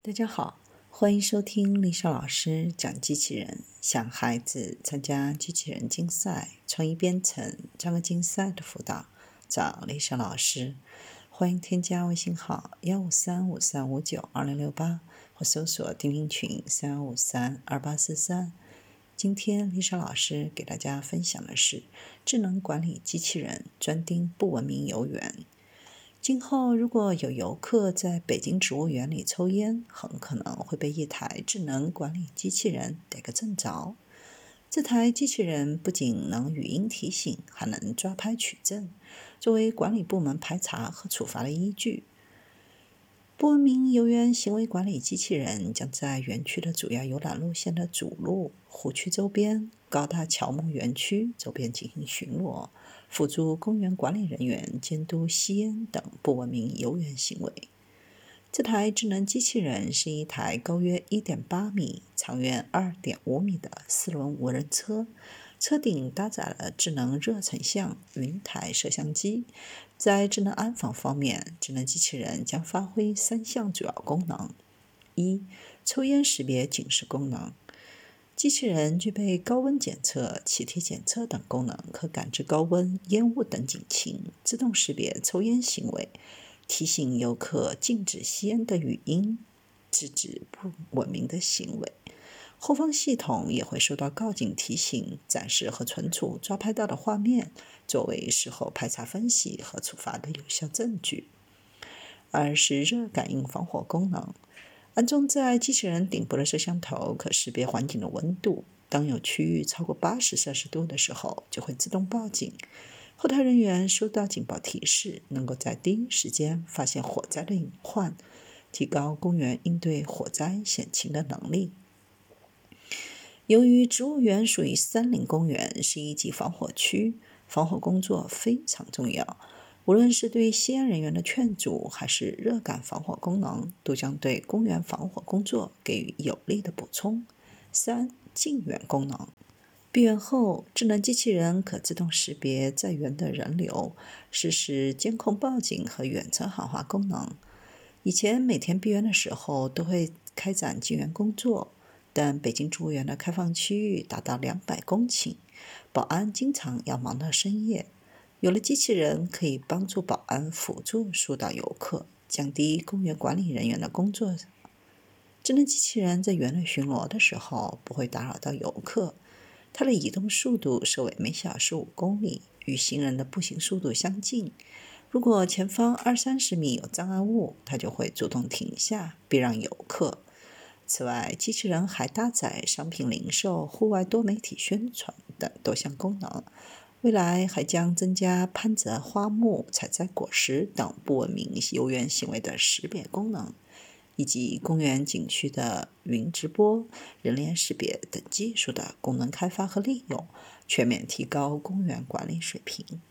大家好，欢迎收听丽莎老师讲机器人。想孩子参加机器人竞赛、创意编程、创客竞赛的辅导，找丽莎老师。欢迎添加微信号15353592068，或搜索钉钉群32532843。今天丽莎老师给大家分享的是智能管理机器人专盯不文明游园。今后如果有游客在北京植物园里抽烟，很可能会被一台智能管理机器人逮个正着。这台机器人不仅能语音提醒，还能抓拍取证，作为管理部门排查和处罚的依据。不文明游园行为管理机器人将在园区的主要游览路线的主路、湖区周边、高大乔木园区周边进行巡逻，辅助公园管理人员监督吸烟等不文明游园行为。这台智能机器人是一台高约 1.8 米、长约 2.5 米的4轮无人车，车顶搭载了智能热成像云台摄像机。在智能安防方面，智能机器人将发挥3项主要功能。1. 抽烟识别警示功能。机器人具备高温检测、气体检测等功能，可感知高温、烟雾等警情，自动识别抽烟行为，提醒游客禁止吸烟的语音，制止不文明的行为。后方系统也会收到告警提醒，展示和存储抓拍到的画面，作为事后排查分析和处罚的有效证据。2是热感应防火功能。安装在机器人顶部的摄像头可识别环境的温度，当有区域超过80摄氏度的时候，就会自动报警。后台人员收到警报提示，能够在第一时间发现火灾的隐患，提高公园应对火灾险情的能力。由于植物园属于森林公园，是一级防火区，防火工作非常重要。无论是对吸烟人员的劝阻，还是热感防火功能，都将对公园防火工作给予有力的补充。3. 进园功能。闭园后，智能机器人可自动识别在园的人流，实施监控报警和远程喊话功能。以前每天闭园的时候都会开展进园工作，但北京植物园的开放区域达到200公顷，保安经常要忙到深夜。有了机器人，可以帮助保安辅助疏导游客，降低公园管理人员的工作。智能机器人在园内巡逻的时候，不会打扰到游客。它的移动速度设为每小时5公里，与行人的步行速度相近。如果前方20-30米有障碍物，它就会主动停下，避让游客。此外，机器人还搭载商品零售、户外多媒体宣传等多项功能。未来还将增加攀折花木、采摘果实等不文明游园行为的识别功能，以及公园景区的云直播、人脸识别等技术的功能开发和利用，全面提高公园管理水平。